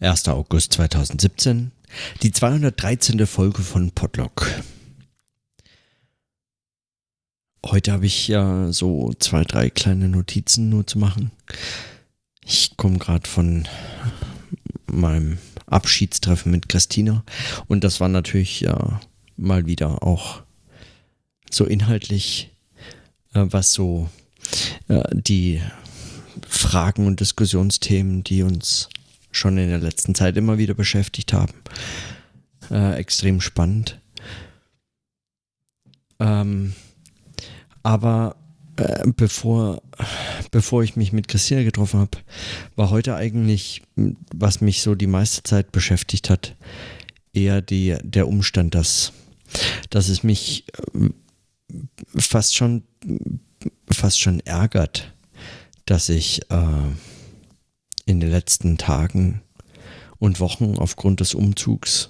1. August 2017, die 213. Folge von Podlog. Heute habe ich ja so 2, 3 kleine Notizen nur zu machen. Ich komme gerade von meinem Abschiedstreffen mit Christina und das war natürlich mal wieder auch so inhaltlich, was so die Fragen und Diskussionsthemen, die uns schon in der letzten Zeit immer wieder beschäftigt haben. Extrem spannend. Aber bevor ich mich mit Christina getroffen habe, war heute eigentlich, was mich so die meiste Zeit beschäftigt hat, eher der Umstand, dass es mich fast schon ärgert, dass ich in den letzten Tagen und Wochen aufgrund des Umzugs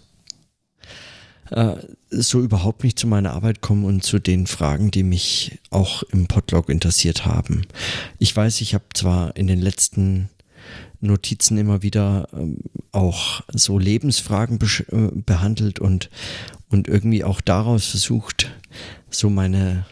so überhaupt nicht zu meiner Arbeit komme und zu den Fragen, die mich auch im Podlog interessiert haben. Ich weiß, ich habe zwar in den letzten Notizen immer wieder auch so Lebensfragen behandelt und irgendwie auch daraus versucht, so meine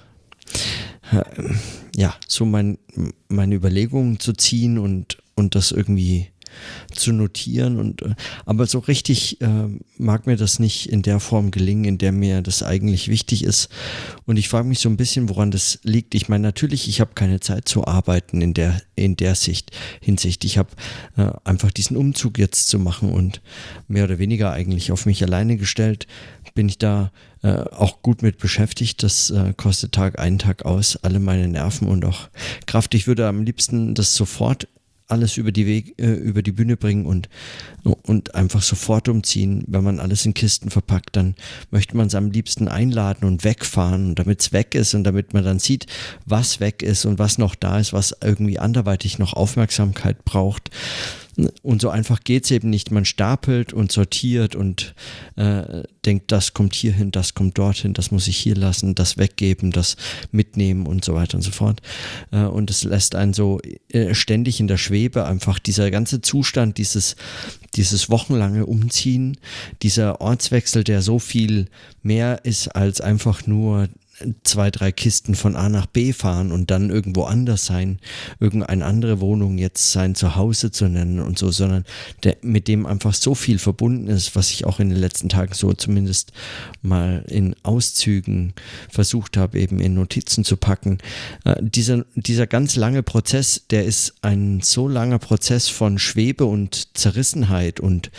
Überlegungen zu ziehen und das irgendwie zu notieren aber so richtig mag mir das nicht in der Form gelingen, in der mir das eigentlich wichtig ist. Und ich frage mich so ein bisschen, woran das liegt. Ich meine, natürlich, ich habe keine Zeit zu arbeiten in der Hinsicht. Ich habe einfach diesen Umzug jetzt zu machen und mehr oder weniger eigentlich auf mich alleine gestellt, bin ich da auch gut mit beschäftigt. Das kostet Tag ein, Tag aus, alle meine Nerven und auch Kraft. Ich würde am liebsten das sofort alles über die Bühne bringen und einfach sofort umziehen. Wenn man alles in Kisten verpackt, dann möchte man es am liebsten einladen und wegfahren, damit es weg ist und damit man dann sieht, was weg ist und was noch da ist, was irgendwie anderweitig noch Aufmerksamkeit braucht. Und so einfach geht es eben nicht. Man stapelt und sortiert und denkt, das kommt hier hin, das kommt dorthin, das muss ich hier lassen, das weggeben, das mitnehmen und so weiter und so fort. Und es lässt einen so ständig in der Schwebe einfach dieser ganze Zustand, dieses wochenlange Umziehen, dieser Ortswechsel, der so viel mehr ist als einfach nur 2, 3 Kisten von A nach B fahren und dann irgendwo anders sein, irgendeine andere Wohnung jetzt sein Zuhause zu nennen und so, sondern mit dem einfach so viel verbunden ist, was ich auch in den letzten Tagen so zumindest mal in Auszügen versucht habe, eben in Notizen zu packen. Dieser ganz lange Prozess, der ist ein so langer Prozess von Schwebe und Zerrissenheit und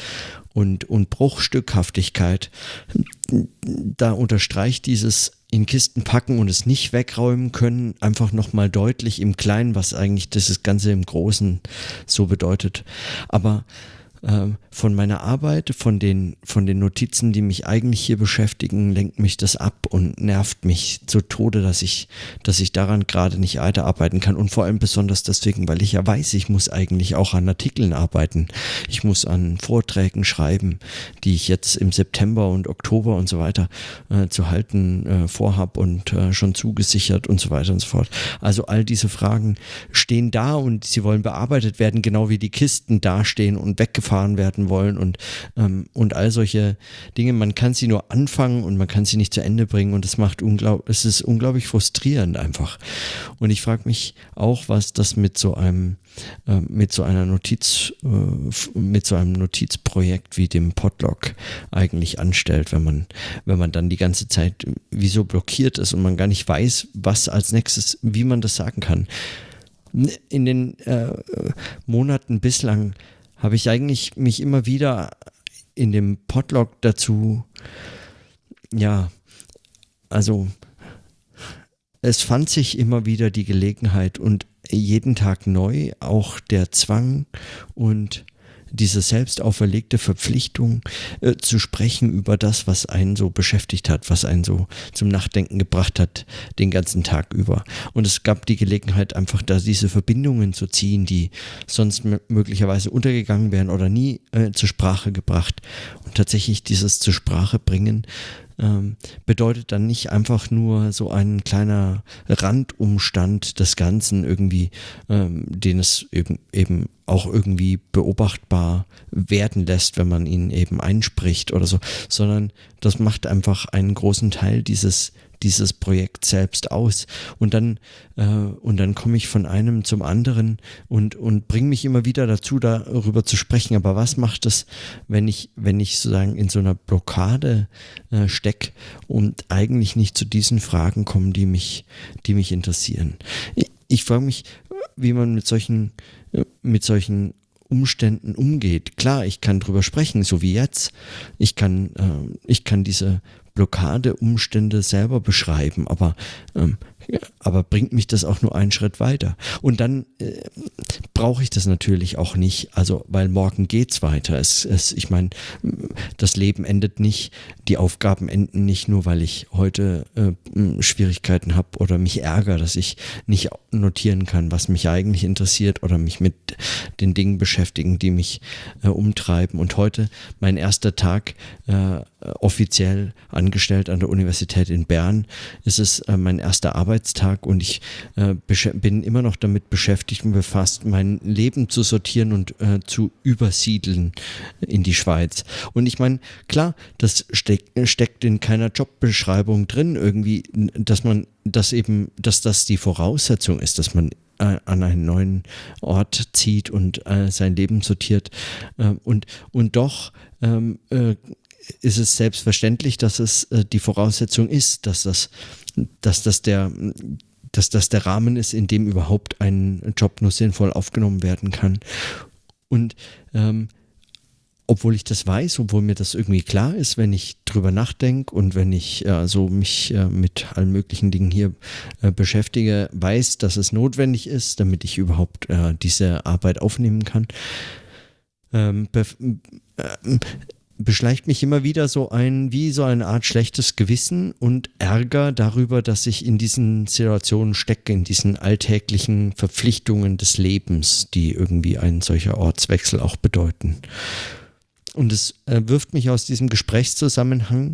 Bruchstückhaftigkeit. Da unterstreicht dieses in Kisten packen und es nicht wegräumen können, einfach nochmal deutlich im Kleinen, was eigentlich das Ganze im Großen so bedeutet. Aber von meiner Arbeit, von den Notizen, die mich eigentlich hier beschäftigen, lenkt mich das ab und nervt mich zu Tode, dass ich daran gerade nicht weiterarbeiten kann und vor allem besonders deswegen, weil ich ja weiß, ich muss eigentlich auch an Artikeln arbeiten. Ich muss an Vorträgen schreiben, die ich jetzt im September und Oktober und so weiter zu halten vorhab und schon zugesichert und so weiter und so fort. Also all diese Fragen stehen da und sie wollen bearbeitet werden, genau wie die Kisten dastehen und weggefahren werden wollen und all solche Dinge. Man kann sie nur anfangen und man kann sie nicht zu Ende bringen und es ist unglaublich frustrierend einfach. Und ich frage mich auch, was das mit so einem Notizprojekt wie dem Podlog eigentlich anstellt, wenn man dann die ganze Zeit wie so blockiert ist und man gar nicht weiß, was als nächstes, wie man das sagen kann. In den Monaten bislang habe ich eigentlich mich immer wieder in dem Podlog dazu, es fand sich immer wieder die Gelegenheit und jeden Tag neu auch der Zwang und diese selbst auferlegte Verpflichtung zu sprechen über das, was einen so beschäftigt hat, was einen so zum Nachdenken gebracht hat den ganzen Tag über. Und es gab die Gelegenheit, einfach da diese Verbindungen zu ziehen, die sonst möglicherweise untergegangen wären oder nie zur Sprache gebracht. Und tatsächlich dieses zur Sprache bringen bedeutet dann nicht einfach nur so ein kleiner Randumstand des Ganzen irgendwie, den es eben auch irgendwie beobachtbar werden lässt, wenn man ihn eben einspricht oder so, sondern das macht einfach einen großen Teil dieses Projekt selbst aus. Und dann komme ich von einem zum anderen und bringe mich immer wieder dazu, darüber zu sprechen. Aber was macht es, wenn ich sozusagen in so einer Blockade stecke und eigentlich nicht zu diesen Fragen komme, die mich interessieren? Ich frage mich, wie man mit solchen Umständen umgeht. Klar, ich kann drüber sprechen, so wie jetzt. Ich kann diese Blockadeumstände selber beschreiben, aber bringt mich das auch nur einen Schritt weiter. Und dann brauche ich das natürlich auch nicht, also weil morgen geht's weiter. Ich meine, das Leben endet nicht, die Aufgaben enden nicht nur, weil ich heute Schwierigkeiten habe oder mich ärgere, dass ich nicht notieren kann, was mich eigentlich interessiert oder mich mit den Dingen beschäftigen, die mich umtreiben. Und heute, mein erster Tag offiziell angestellt an der Universität in Bern, ist es mein erster Arbeitstag und ich bin immer noch damit beschäftigt und befasst, mein Leben zu sortieren und zu übersiedeln in die Schweiz. Und ich meine, klar, das steckt in keiner Jobbeschreibung drin irgendwie, dass das die Voraussetzung ist, dass man an einen neuen Ort zieht und sein Leben sortiert. Und doch ist es selbstverständlich, dass es die Voraussetzung ist, dass das der Rahmen ist, in dem überhaupt ein Job nur sinnvoll aufgenommen werden kann. Und obwohl ich das weiß, obwohl mir das irgendwie klar ist, wenn ich drüber nachdenke und wenn ich mich mit allen möglichen Dingen hier beschäftige, weiß, dass es notwendig ist, damit ich überhaupt diese Arbeit aufnehmen kann, beschleicht mich immer wieder so eine Art schlechtes Gewissen und Ärger darüber, dass ich in diesen Situationen stecke, in diesen alltäglichen Verpflichtungen des Lebens, die irgendwie ein solcher Ortswechsel auch bedeuten. Und es wirft mich aus diesem Gesprächszusammenhang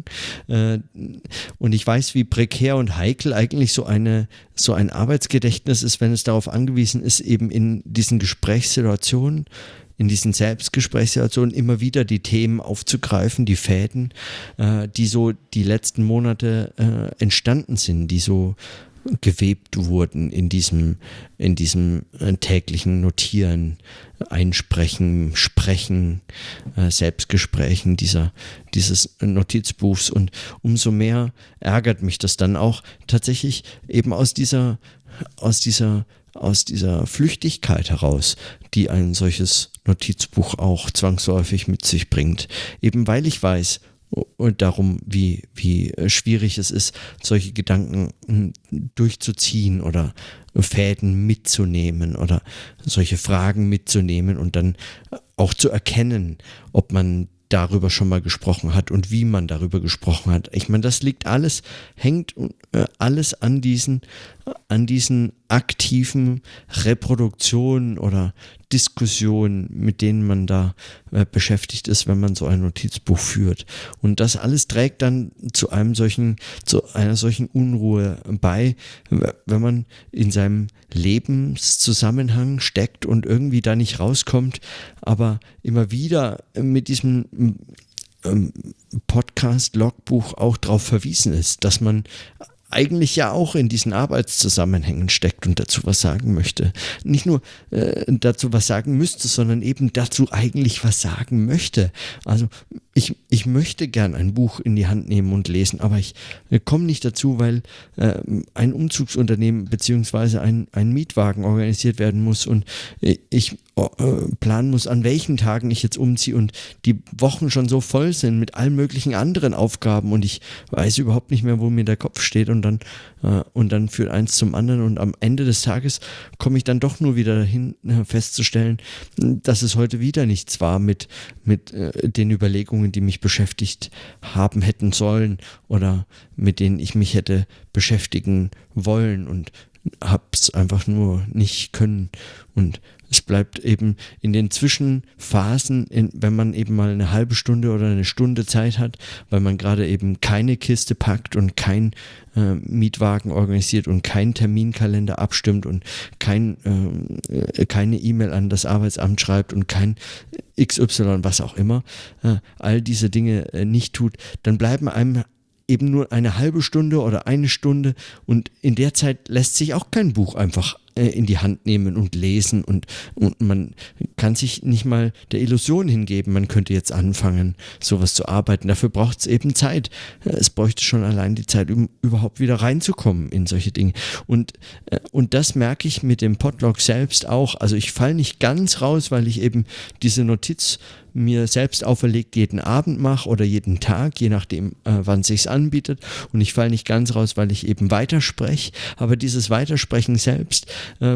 und ich weiß, wie prekär und heikel eigentlich so ein Arbeitsgedächtnis ist, wenn es darauf angewiesen ist, eben in diesen Gesprächssituationen, in diesen Selbstgesprächssituationen immer wieder die Themen aufzugreifen, die Fäden, die so die letzten Monate entstanden sind, die so gewebt wurden in diesem täglichen Notieren, Einsprechen, Sprechen, Selbstgesprächen dieses Notizbuchs. Und umso mehr ärgert mich das dann auch tatsächlich eben aus dieser Flüchtigkeit heraus, die ein solches Notizbuch auch zwangsläufig mit sich bringt. Eben weil ich weiß und darum, wie schwierig es ist, solche Gedanken durchzuziehen oder Fäden mitzunehmen oder solche Fragen mitzunehmen und dann auch zu erkennen, ob man darüber schon mal gesprochen hat und wie man darüber gesprochen hat. Ich meine, das hängt alles an diesen aktiven Reproduktionen oder Diskussionen, mit denen man da beschäftigt ist, wenn man so ein Notizbuch führt. Und das alles trägt dann zu einer solchen Unruhe bei, wenn man in seinem Lebenszusammenhang steckt und irgendwie da nicht rauskommt, aber immer wieder mit diesem Podcast-Logbuch auch darauf verwiesen ist, dass man eigentlich ja auch in diesen Arbeitszusammenhängen steckt und dazu was sagen möchte. Nicht nur dazu was sagen müsste, sondern eben dazu eigentlich was sagen möchte. Also ich möchte gern ein Buch in die Hand nehmen und lesen, aber ich komme nicht dazu, weil ein Umzugsunternehmen beziehungsweise ein Mietwagen organisiert werden muss und ich planen muss, an welchen Tagen ich jetzt umziehe und die Wochen schon so voll sind mit allen möglichen anderen Aufgaben und ich weiß überhaupt nicht mehr, wo mir der Kopf steht und dann führt eins zum anderen und am Ende des Tages komme ich dann doch nur wieder dahin festzustellen, dass es heute wieder nichts war mit den Überlegungen, die mich beschäftigt haben hätten sollen oder mit denen ich mich hätte beschäftigen wollen und habe es einfach nur nicht können. Und es bleibt eben in den Zwischenphasen, wenn man eben mal eine halbe Stunde oder eine Stunde Zeit hat, weil man gerade eben keine Kiste packt und kein Mietwagen organisiert und keinen Terminkalender abstimmt und keine E-Mail an das Arbeitsamt schreibt und kein XY, was auch immer, all diese Dinge nicht tut, dann bleiben einem eben nur eine halbe Stunde oder eine Stunde und in der Zeit lässt sich auch kein Buch einfach in die Hand nehmen und lesen und man kann sich nicht mal der Illusion hingeben, man könnte jetzt anfangen, sowas zu arbeiten. Dafür braucht es eben Zeit. Es bräuchte schon allein die Zeit, um überhaupt wieder reinzukommen in solche Dinge. Und das merke ich mit dem Podlog selbst auch. Also ich falle nicht ganz raus, weil ich eben diese Notiz mir selbst auferlegt jeden Abend mache oder jeden Tag, je nachdem, wann es sich anbietet. Und ich falle nicht ganz raus, weil ich eben weiterspreche. Aber dieses Weitersprechen selbst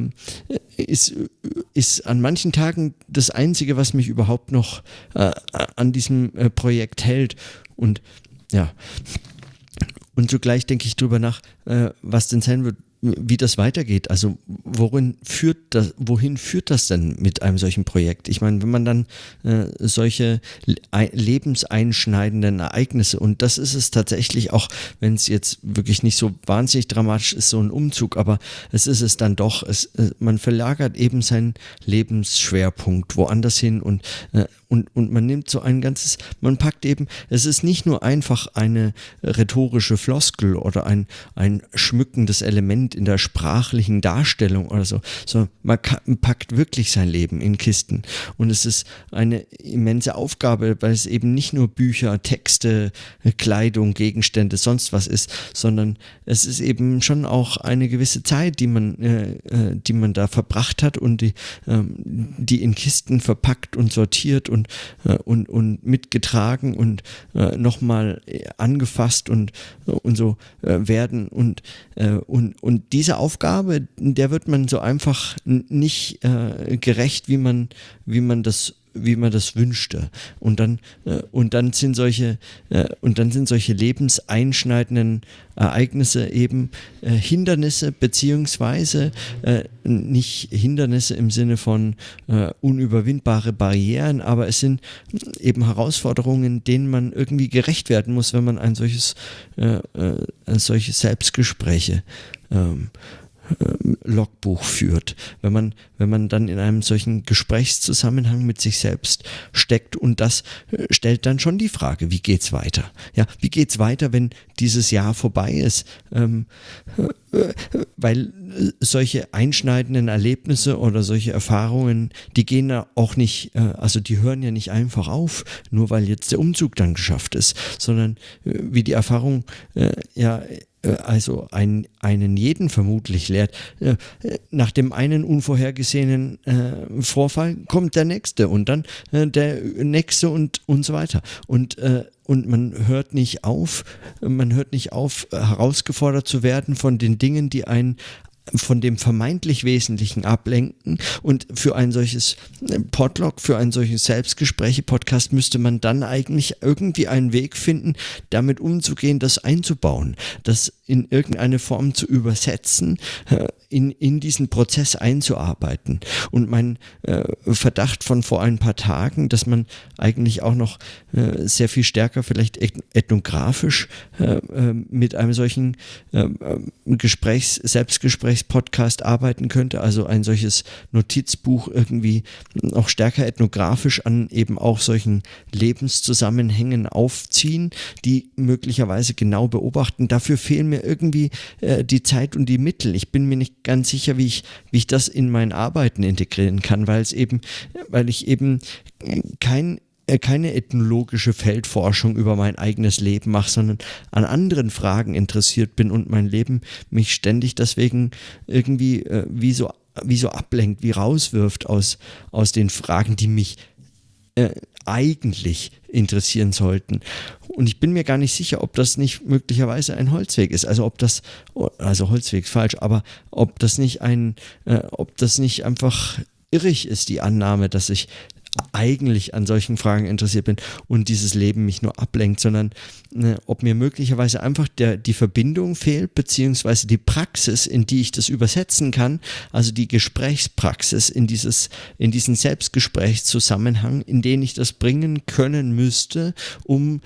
ist an manchen Tagen das Einzige, was mich überhaupt noch an diesem Projekt hält. Und ja, und zugleich denke ich drüber nach, was denn sein wird, wie das weitergeht. Also wohin führt das denn mit einem solchen Projekt? Ich meine, wenn man dann solche lebenseinschneidenden Ereignisse, und das ist es tatsächlich auch, wenn es jetzt wirklich nicht so wahnsinnig dramatisch ist, so ein Umzug, aber es ist es dann doch, man verlagert eben seinen Lebensschwerpunkt woanders hin und man nimmt so ein ganzes, man packt eben, es ist nicht nur einfach eine rhetorische Floskel oder ein schmückendes Element in der sprachlichen Darstellung oder so, sondern man packt wirklich sein Leben in Kisten und es ist eine immense Aufgabe, weil es eben nicht nur Bücher, Texte, Kleidung, Gegenstände, sonst was ist, sondern es ist eben schon auch eine gewisse Zeit, die man da verbracht hat und die in Kisten verpackt und sortiert und mitgetragen und nochmal angefasst und so werden und diese Aufgabe, der wird man so einfach nicht gerecht, wie man das wünschte. Und dann sind solche lebenseinschneidenden Ereignisse eben Hindernisse, beziehungsweise nicht Hindernisse im Sinne von unüberwindbare Barrieren, aber es sind eben Herausforderungen, denen man irgendwie gerecht werden muss, wenn man solche Selbstgespräche Logbuch führt, wenn man dann in einem solchen Gesprächszusammenhang mit sich selbst steckt, und das stellt dann schon die Frage, wie geht's weiter? Ja, wie geht's weiter, wenn dieses Jahr vorbei ist? Weil solche einschneidenden Erlebnisse oder solche Erfahrungen, die gehen ja auch nicht, also die hören ja nicht einfach auf, nur weil jetzt der Umzug dann geschafft ist, sondern wie die Erfahrung also einen jeden vermutlich lehrt. Nach dem einen unvorhergesehenen Vorfall kommt der nächste und dann der nächste und so weiter. Und man hört nicht auf, herausgefordert zu werden von den Dingen, die einen von dem vermeintlich Wesentlichen ablenken, und für ein solches Podlog, für ein solches Selbstgespräche-Podcast müsste man dann eigentlich irgendwie einen Weg finden, damit umzugehen, das einzubauen, das in irgendeine Form zu übersetzen, in diesen Prozess einzuarbeiten. Und mein Verdacht von vor ein paar Tagen, dass man eigentlich auch noch sehr viel stärker vielleicht ethnografisch mit einem solchen Selbstgesprächspodcast arbeiten könnte, also ein solches Notizbuch irgendwie auch stärker ethnografisch an eben auch solchen Lebenszusammenhängen aufziehen, die möglicherweise genau beobachten. Dafür fehlen mir irgendwie die Zeit und die Mittel. Ich bin mir nicht ganz sicher, wie ich das in mein Arbeiten integrieren kann, weil ich eben keine ethnologische Feldforschung über mein eigenes Leben mache, sondern an anderen Fragen interessiert bin und mein Leben mich ständig deswegen irgendwie wie so ablenkt, wie rauswirft aus den Fragen, die mich eigentlich interessieren sollten. Und ich bin mir gar nicht sicher, ob das nicht möglicherweise ein Holzweg ist. Also Holzweg ist falsch, aber ob das nicht einfach irrig ist, die Annahme, dass ich eigentlich an solchen Fragen interessiert bin und dieses Leben mich nur ablenkt, sondern ob mir möglicherweise einfach die Verbindung fehlt, beziehungsweise die Praxis, in die ich das übersetzen kann, also die Gesprächspraxis in diesen Selbstgesprächszusammenhang, in den ich das bringen können müsste, um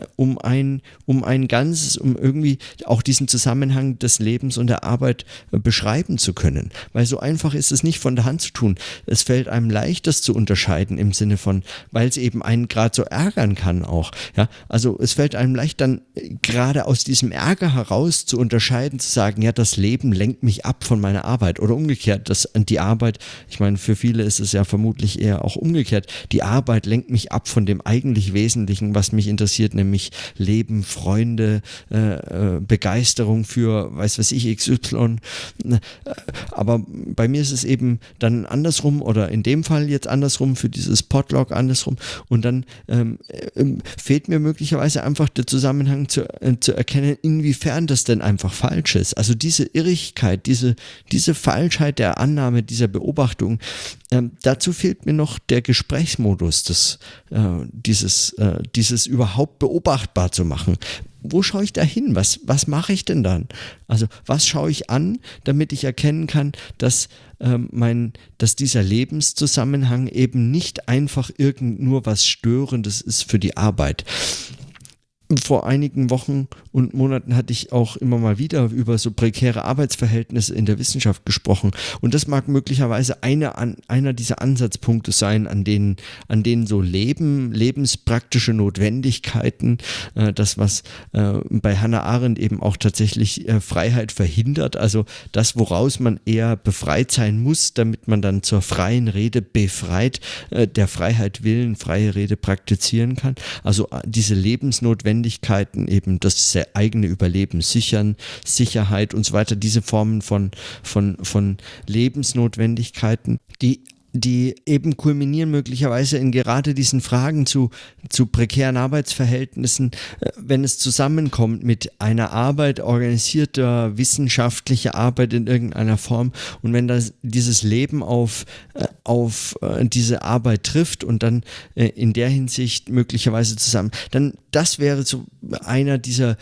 irgendwie auch diesen Zusammenhang des Lebens und der Arbeit beschreiben zu können. Weil so einfach ist es nicht von der Hand zu tun. Es fällt einem leicht, das zu unterscheiden im Sinne von, weil es eben einen gerade so ärgern kann auch. Ja? Also es fällt einem leicht dann gerade aus diesem Ärger heraus zu unterscheiden, zu sagen, ja, das Leben lenkt mich ab von meiner Arbeit oder umgekehrt, die Arbeit, ich meine, für viele ist es ja vermutlich eher auch umgekehrt, die Arbeit lenkt mich ab von dem eigentlich Wesentlichen, was mich interessiert, nämlich Leben, Freunde, Begeisterung für, weiß ich, XY. Aber bei mir ist es eben dann andersrum oder in dem Fall jetzt andersrum, für dieses Podlog andersrum und dann fehlt mir möglicherweise einfach der Zusammenhang zu erkennen, inwiefern das denn einfach falsch ist. Also diese Irrigkeit, diese Falschheit der Annahme, dieser Beobachtung, dazu fehlt mir noch der Gesprächsmodus, dieses überhaupt beobachtbar zu machen. Wo schaue ich da hin? Was mache ich denn dann? Also was schaue ich an, damit ich erkennen kann, dass dieser Lebenszusammenhang eben nicht einfach nur was Störendes ist für die Arbeit. Vor einigen Wochen und Monaten hatte ich auch immer mal wieder über so prekäre Arbeitsverhältnisse in der Wissenschaft gesprochen und das mag möglicherweise einer dieser Ansatzpunkte sein, an denen so lebenspraktische Notwendigkeiten, das was bei Hannah Arendt eben auch tatsächlich Freiheit verhindert, also das, woraus man eher befreit sein muss, damit man dann zur freien Rede befreit, der Freiheit willen freie Rede praktizieren kann, also diese Lebensnotwendigkeiten, eben das eigene Überleben sichern, Sicherheit und so weiter, diese Formen von Lebensnotwendigkeiten, die eben kulminieren möglicherweise in gerade diesen Fragen zu prekären Arbeitsverhältnissen, wenn es zusammenkommt mit einer Arbeit, organisierter wissenschaftlicher Arbeit in irgendeiner Form und wenn dieses Leben auf diese Arbeit trifft und dann in der Hinsicht möglicherweise zusammen, dann das wäre so einer dieser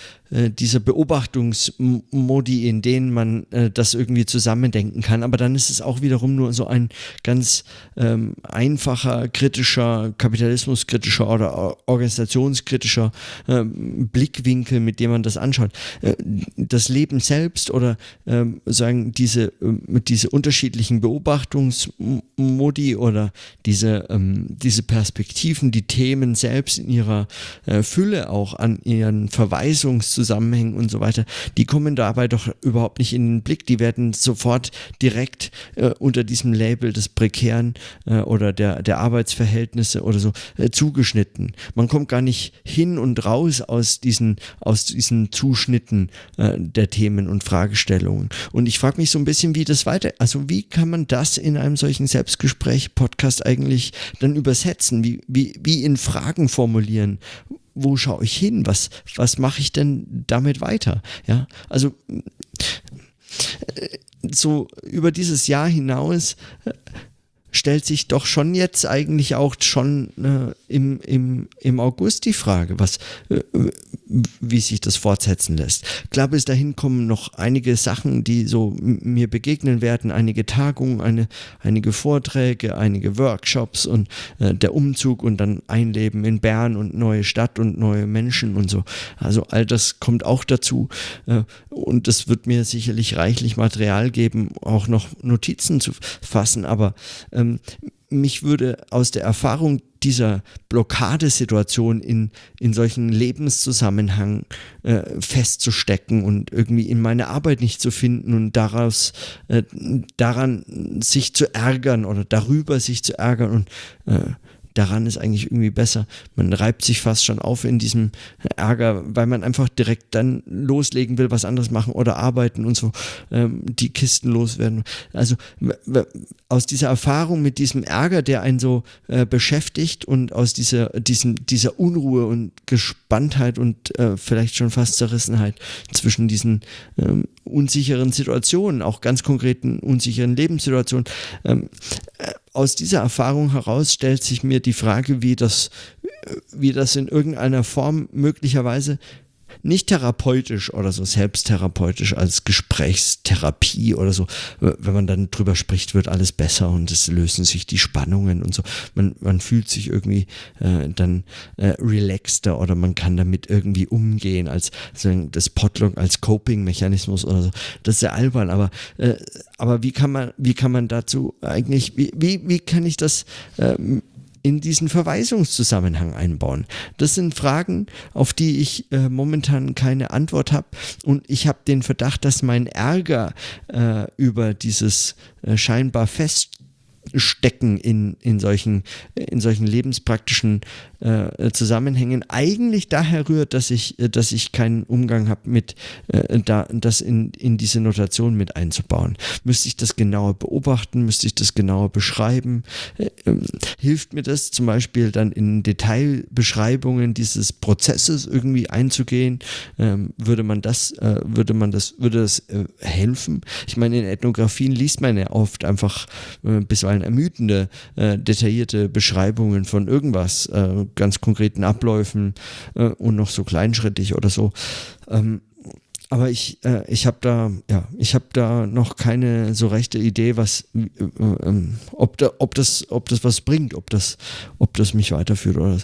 Beobachtungsmodi, in denen man das irgendwie zusammendenken kann. Aber dann ist es auch wiederum nur so ein ganz einfacher, kritischer, kapitalismuskritischer oder organisationskritischer Blickwinkel, mit dem man das anschaut. Das Leben selbst oder sagen diese unterschiedlichen Beobachtungsmodi oder diese Perspektiven, die Themen selbst in ihrer Fülle auch an ihren Verweisungszusammenhängen und so weiter, die kommen dabei doch überhaupt nicht in den Blick. Die werden sofort direkt unter diesem Label des Prekären oder der Arbeitsverhältnisse oder so zugeschnitten. Man kommt gar nicht hin und raus aus diesen Zuschnitten der Themen und Fragestellungen. Und ich frage mich so ein bisschen, wie kann man das in einem solchen Selbstgespräch-Podcast eigentlich dann übersetzen? Wie in Fragen formulieren? Wo schaue ich hin? Was mache ich denn damit weiter? Ja, also so über dieses Jahr hinaus stellt sich doch schon jetzt eigentlich auch schon im August die Frage, wie sich das fortsetzen lässt. Klar, bis dahin kommen noch einige Sachen, die so mir begegnen werden, einige Tagungen, einige Vorträge, einige Workshops und der Umzug und dann Einleben in Bern und neue Stadt und neue Menschen und so. Also all das kommt auch dazu und es wird mir sicherlich reichlich Material geben, auch noch Notizen zu fassen, aber mich würde aus der Erfahrung dieser Blockadesituation in solchen Lebenszusammenhang festzustecken und irgendwie in meine Arbeit nicht zu finden und daran sich zu ärgern oder darüber sich zu ärgern und daran ist eigentlich irgendwie besser. Man reibt sich fast schon auf in diesem Ärger, weil man einfach direkt dann loslegen will, was anderes machen oder arbeiten und so die Kisten loswerden. Also aus dieser Erfahrung mit diesem Ärger, der einen so beschäftigt und aus dieser Unruhe und Gespanntheit und vielleicht schon fast Zerrissenheit zwischen diesen unsicheren Situationen, auch ganz konkreten unsicheren Lebenssituationen, aus dieser Erfahrung heraus stellt sich mir die Frage, wie das in irgendeiner Form möglicherweise nicht therapeutisch oder so selbsttherapeutisch als Gesprächstherapie oder so, wenn man dann drüber spricht, wird alles besser und es lösen sich die Spannungen und so. Man fühlt sich irgendwie dann relaxter oder man kann damit irgendwie umgehen als das Potluck als Coping-Mechanismus oder so. Das ist sehr albern, aber wie kann man dazu eigentlich, wie kann ich das in diesen Verweisungszusammenhang einbauen? Das sind Fragen, auf die ich momentan keine Antwort habe, und ich habe den Verdacht, dass mein Ärger über dieses scheinbar Feststecken in solchen lebenspraktischen Zusammenhängen eigentlich daher rührt, dass ich keinen Umgang habe mit das in diese Notation mit einzubauen. Müsste ich das genauer beobachten? Müsste ich das genauer beschreiben? Hilft mir das zum Beispiel dann in Detailbeschreibungen dieses Prozesses irgendwie einzugehen? Würde das helfen? Ich meine, in Ethnografien liest man ja oft einfach bisweilen ermüdende, detaillierte Beschreibungen von irgendwas, ganz konkreten Abläufen und noch so kleinschrittig oder so. Aber ich habe da noch keine so rechte Idee, ob das was bringt, ob das mich weiterführt oder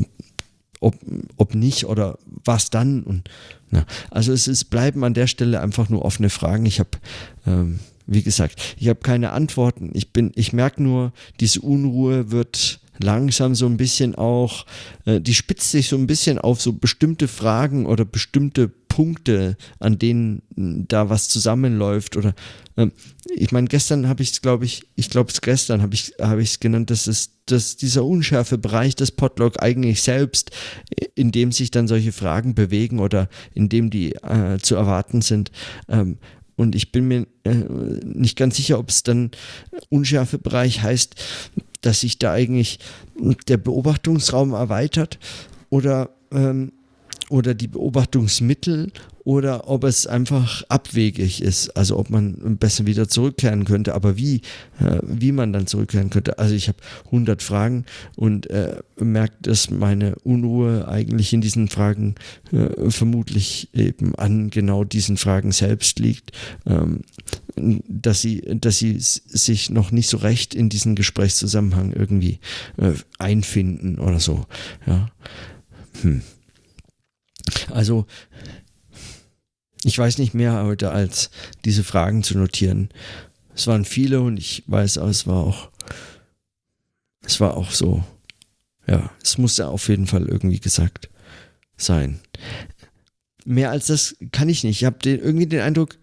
ob nicht oder was dann. Und also bleiben an der Stelle einfach nur offene Fragen. Ich habe wie gesagt, ich habe keine Antworten. Ich merke nur, diese Unruhe wird langsam so ein bisschen auch, die spitzt sich so ein bisschen auf so bestimmte Fragen oder bestimmte Punkte, an denen da was zusammenläuft. Oder ich meine, gestern habe ich es, glaube ich habe ich es genannt, dass dieser unschärfe Bereich des Podlog eigentlich selbst, in dem sich dann solche Fragen bewegen oder in dem die zu erwarten sind. Und ich bin mir nicht ganz sicher, ob es dann unschärfe Bereich heißt, dass sich da eigentlich der Beobachtungsraum erweitert oder die Beobachtungsmittel, oder ob es einfach abwegig ist, also ob man besser wieder zurückkehren könnte, aber wie man dann zurückkehren könnte. Also ich habe 100 Fragen und merke, dass meine Unruhe eigentlich in diesen Fragen vermutlich eben an genau diesen Fragen selbst liegt, dass sie sich noch nicht so recht in diesen Gesprächszusammenhang irgendwie einfinden oder so. Ja. Also ich weiß nicht mehr heute, als diese Fragen zu notieren. Es waren viele und ich weiß, aber es war auch so, ja, es musste auf jeden Fall irgendwie gesagt sein. Mehr als das kann ich nicht. Ich habe irgendwie den Eindruck,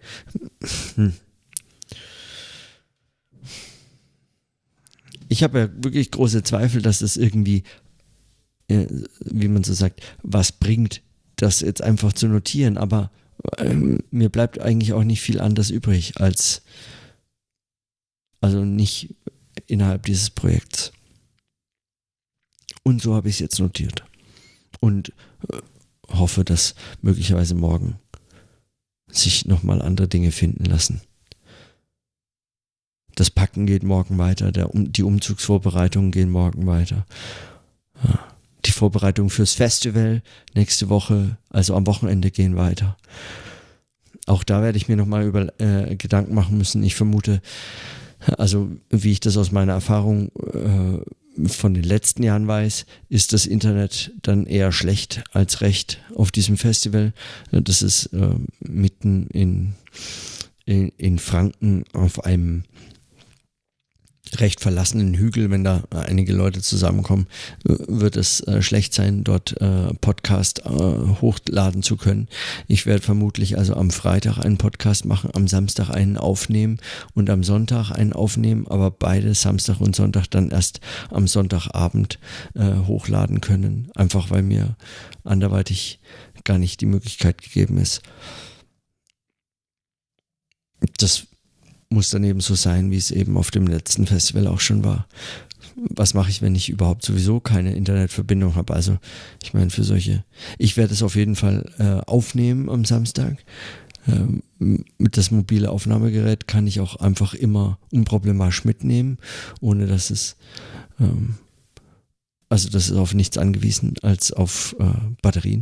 ich habe ja wirklich große Zweifel, dass es irgendwie, wie man so sagt, was bringt, das jetzt einfach zu notieren, aber mir bleibt eigentlich auch nicht viel anderes übrig, also nicht innerhalb dieses Projekts. Und so habe ich es jetzt notiert. Und hoffe, dass möglicherweise morgen sich nochmal andere Dinge finden lassen. Das Packen geht morgen weiter, die Umzugsvorbereitungen gehen morgen weiter. Ja. Die Vorbereitungen fürs Festival nächste Woche, also am Wochenende, gehen weiter. Auch da werde ich mir nochmal über Gedanken machen müssen. Ich vermute, also wie ich das aus meiner Erfahrung von den letzten Jahren weiß, ist das Internet dann eher schlecht als recht auf diesem Festival. Das ist mitten in Franken auf einem recht verlassenen Hügel. Wenn da einige Leute zusammenkommen, wird es schlecht sein, dort Podcast hochladen zu können. Ich werde vermutlich also am Freitag einen Podcast machen, am Samstag einen aufnehmen und am Sonntag einen aufnehmen, aber beide, Samstag und Sonntag, dann erst am Sonntagabend hochladen können, einfach weil mir anderweitig gar nicht die Möglichkeit gegeben ist. Das muss dann eben so sein, wie es eben auf dem letzten Festival auch schon war. Was mache ich, wenn ich überhaupt sowieso keine Internetverbindung habe? Also ich meine, ich werde es auf jeden Fall aufnehmen am Samstag. Das mobile Aufnahmegerät kann ich auch einfach immer unproblematisch mitnehmen, ohne dass es, also das ist auf nichts angewiesen als auf Batterien.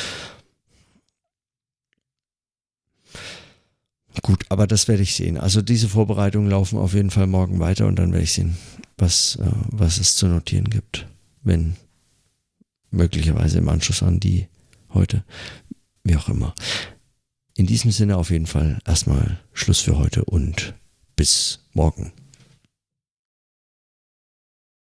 Gut, aber das werde ich sehen. Also diese Vorbereitungen laufen auf jeden Fall morgen weiter und dann werde ich sehen, was es zu notieren gibt, wenn möglicherweise im Anschluss an die heute, wie auch immer. In diesem Sinne auf jeden Fall erstmal Schluss für heute und bis morgen.